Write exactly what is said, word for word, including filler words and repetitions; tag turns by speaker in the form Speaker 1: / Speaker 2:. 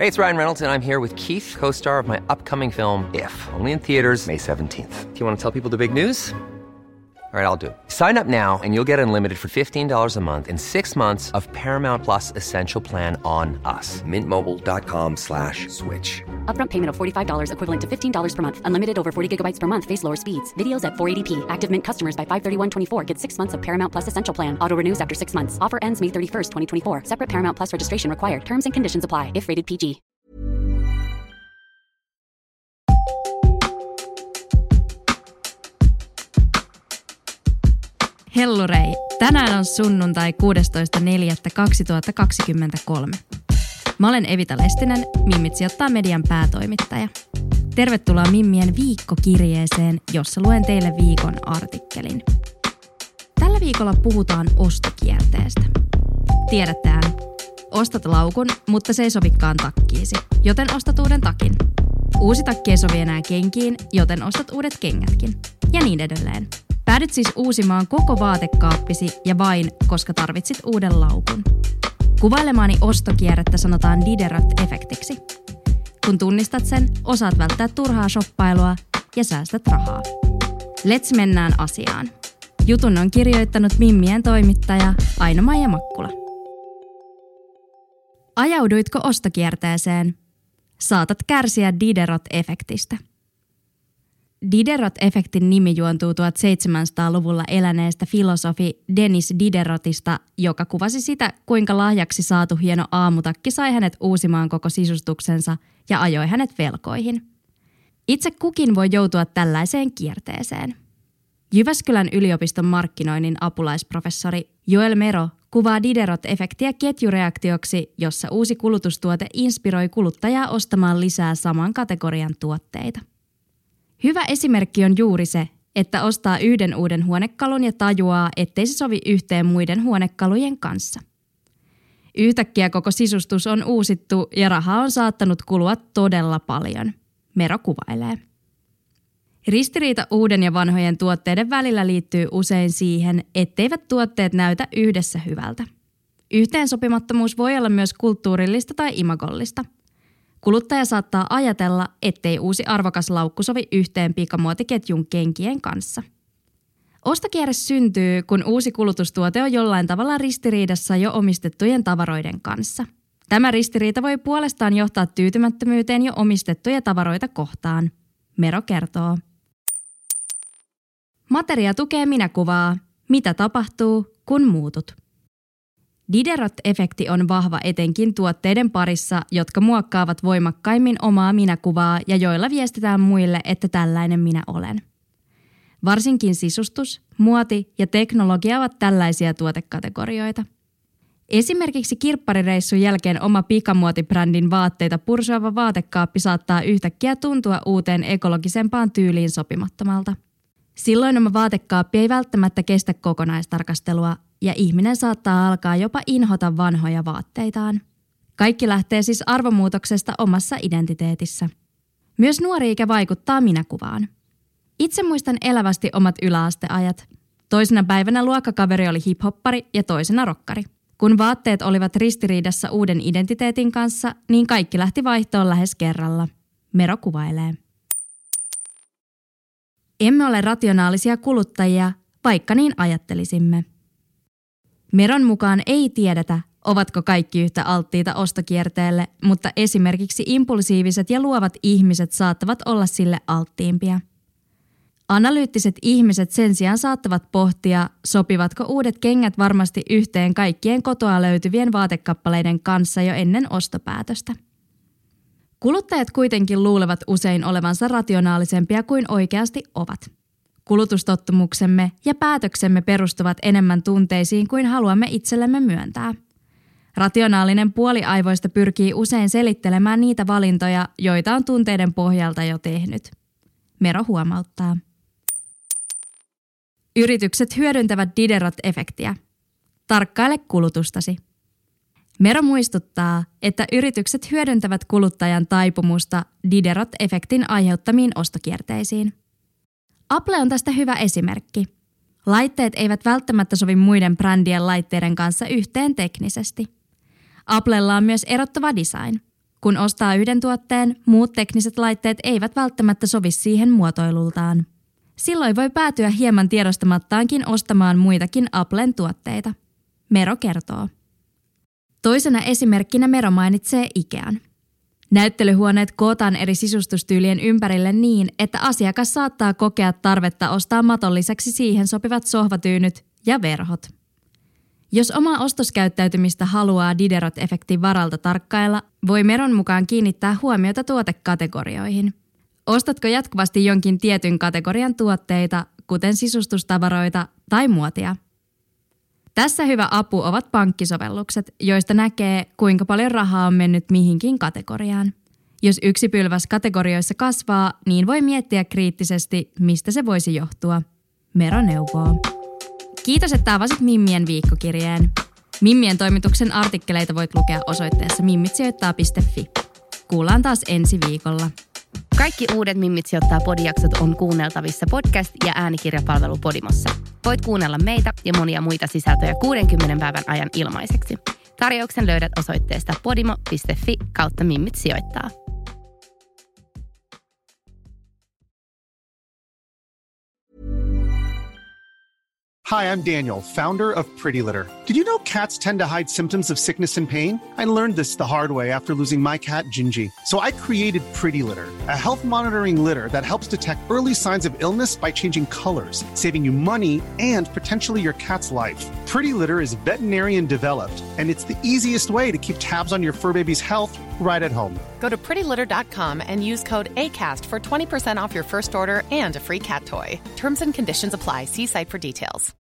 Speaker 1: Hey, it's Ryan Reynolds, and I'm here with Keith, co-star of my upcoming film, If, only in theaters May seventeenth. Do you want to tell people the big news? All right, I'll do it. Sign up now and you'll get unlimited for fifteen dollars a month and six months of Paramount Plus Essential Plan on us. Mint Mobile dot com slash switch.
Speaker 2: Upfront payment of forty-five dollars equivalent to fifteen dollars per month. Unlimited over forty gigabytes per month. Face lower speeds. Videos at four eighty p. Active Mint customers by five thirty-one twenty-four get six months of Paramount Plus Essential Plan. Auto renews after six months. Offer ends May thirty-first, twenty twenty-four. Separate Paramount Plus registration required. Terms and conditions apply if rated P G.
Speaker 3: Hellurei! Tänään on sunnuntai kuudestoista neljättä kaksituhattakaksikymmentäkolme. Mä olen Evita Lestinen, Mimmit sijoittaa median päätoimittaja. Tervetuloa Mimmien viikkokirjeeseen, jossa luen teille viikon artikkelin. Tällä viikolla puhutaan ostokierteestä. Tiedättehän, ostat laukun, mutta se ei sovikaan takkiisi, joten ostat uuden takin. Uusi takki ei sovi enää kenkiin, joten ostat uudet kengätkin. Ja niin edelleen. Päädyt siis uusimaan koko vaatekaappisi ja vain, koska tarvitsit uuden laukun. Kuvailemaani ostokierrettä sanotaan Diderot-efektiksi. Kun tunnistat sen, osaat välttää turhaa shoppailua ja säästät rahaa. Let's mennään asiaan. Jutun on kirjoittanut Mimmien toimittaja Aino-Maija Makkula. Ajauduitko ostokierteeseen? Saatat kärsiä Diderot-efektistä. Diderot-efektin nimi juontuu seitsemäntoistasataa-luvulla eläneestä filosofi Denis Diderotista, joka kuvasi sitä, kuinka lahjaksi saatu hieno aamutakki sai hänet uusimaan koko sisustuksensa ja ajoi hänet velkoihin. Itse kukin voi joutua tällaiseen kierteeseen. Jyväskylän yliopiston markkinoinnin apulaisprofessori Joel Mero kuvaa Diderot-efektiä ketjureaktioksi, jossa uusi kulutustuote inspiroi kuluttajaa ostamaan lisää saman kategorian tuotteita. Hyvä esimerkki on juuri se, että ostaa yhden uuden huonekalun ja tajuaa, ettei se sovi yhteen muiden huonekalujen kanssa. Yhtäkkiä koko sisustus on uusittu ja rahaa on saattanut kulua todella paljon. Mero kuvailee. Ristiriita uuden ja vanhojen tuotteiden välillä liittyy usein siihen, etteivät tuotteet näytä yhdessä hyvältä. Yhteensopimattomuus voi olla myös kulttuurillista tai imagollista. Kuluttaja saattaa ajatella, ettei uusi arvokas laukku sovi yhteen pikamuotiketjun kenkien kanssa. Ostokierre syntyy, kun uusi kulutustuote on jollain tavalla ristiriidassa jo omistettujen tavaroiden kanssa. Tämä ristiriita voi puolestaan johtaa tyytymättömyyteen jo omistettuja tavaroita kohtaan. Mero kertoo. Materia tukee minäkuvaa. Mitä tapahtuu, kun muutut? Diderot-efekti on vahva etenkin tuotteiden parissa, jotka muokkaavat voimakkaimmin omaa minäkuvaa ja joilla viestitään muille, että tällainen minä olen. Varsinkin sisustus, muoti ja teknologia ovat tällaisia tuotekategorioita. Esimerkiksi kirpparireissun jälkeen oma pikamuotibrändin vaatteita pursuava vaatekaappi saattaa yhtäkkiä tuntua uuteen ekologisempaan tyyliin sopimattomalta. Silloin oma vaatekaappi ei välttämättä kestä kokonaistarkastelua ja ihminen saattaa alkaa jopa inhota vanhoja vaatteitaan. Kaikki lähtee siis arvomuutoksesta omassa identiteetissä. Myös nuori ikä vaikuttaa minäkuvaan. Itse muistan elävästi omat yläasteajat. Toisena päivänä luokkakaveri oli hiphoppari ja toisena rokkari. Kun vaatteet olivat ristiriidassa uuden identiteetin kanssa, niin kaikki lähti vaihtoon lähes kerralla. Mero kuvailee. Emme ole rationaalisia kuluttajia, vaikka niin ajattelisimme. Meron mukaan ei tiedetä, ovatko kaikki yhtä alttiita ostokierteelle, mutta esimerkiksi impulsiiviset ja luovat ihmiset saattavat olla sille alttiimpia. Analyyttiset ihmiset sen sijaan saattavat pohtia, sopivatko uudet kengät varmasti yhteen kaikkien kotoa löytyvien vaatekappaleiden kanssa jo ennen ostopäätöstä. Kuluttajat kuitenkin luulevat usein olevansa rationaalisempia kuin oikeasti ovat. Kulutustottumuksemme ja päätöksemme perustuvat enemmän tunteisiin kuin haluamme itsellemme myöntää. Rationaalinen puoli aivoista pyrkii usein selittelemään niitä valintoja, joita on tunteiden pohjalta jo tehnyt. Mero huomauttaa. Yritykset hyödyntävät Diderot-efektiä. Tarkkaile kulutustasi. Mero muistuttaa, että yritykset hyödyntävät kuluttajan taipumusta Diderot-efektin aiheuttamiin ostokierteisiin. Apple on tästä hyvä esimerkki. Laitteet eivät välttämättä sovi muiden brändien laitteiden kanssa yhteen teknisesti. Applella on myös erottava design. Kun ostaa yhden tuotteen, muut tekniset laitteet eivät välttämättä sovi siihen muotoilultaan. Silloin voi päätyä hieman tiedostamattaankin ostamaan muitakin Applen tuotteita. Mero kertoo. Toisena esimerkkinä Mero mainitsee Ikean. Näyttelyhuoneet kootaan eri sisustustyylien ympärille niin, että asiakas saattaa kokea tarvetta ostaa maton lisäksi siihen sopivat sohvatyynyt ja verhot. Jos omaa ostoskäyttäytymistä haluaa Diderot-efektin varalta tarkkailla, voi Meron mukaan kiinnittää huomiota tuotekategorioihin. Ostatko jatkuvasti jonkin tietyn kategorian tuotteita, kuten sisustustavaroita tai muotia? Tässä hyvä apu ovat pankkisovellukset, joista näkee, kuinka paljon rahaa on mennyt mihinkin kategoriaan. Jos yksi pylväs kategorioissa kasvaa, niin voi miettiä kriittisesti, mistä se voisi johtua. Mero neuvoo. Kiitos, että avasit Mimmien viikkokirjeen. Mimmien toimituksen artikkeleita voit lukea osoitteessa mimmitsijoittaa piste fi. Kuullaan taas ensi viikolla.
Speaker 4: Kaikki uudet Mimmit sijoittaa -podijaksot on kuunneltavissa podcast- ja äänikirjapalvelu Podimossa. Voit kuunnella meitä ja monia muita sisältöjä kuudenkymmenen päivän ajan ilmaiseksi. Tarjouksen löydät osoitteesta podimo piste fi kautta Mimmit sijoittaa.
Speaker 5: Hi, I'm Daniel, founder of Pretty Litter. Did you know cats tend to hide symptoms of sickness and pain? I learned this the hard way after losing my cat, Gingy. So I created Pretty Litter, a health monitoring litter that helps detect early signs of illness by changing colors, saving you money and potentially your cat's life. Pretty Litter is veterinarian developed, and it's the easiest way to keep tabs on your fur baby's health right at home.
Speaker 6: Go to pretty litter dot com and use code ACAST for twenty percent off your first order and a free cat toy. Terms and conditions apply. See site for details.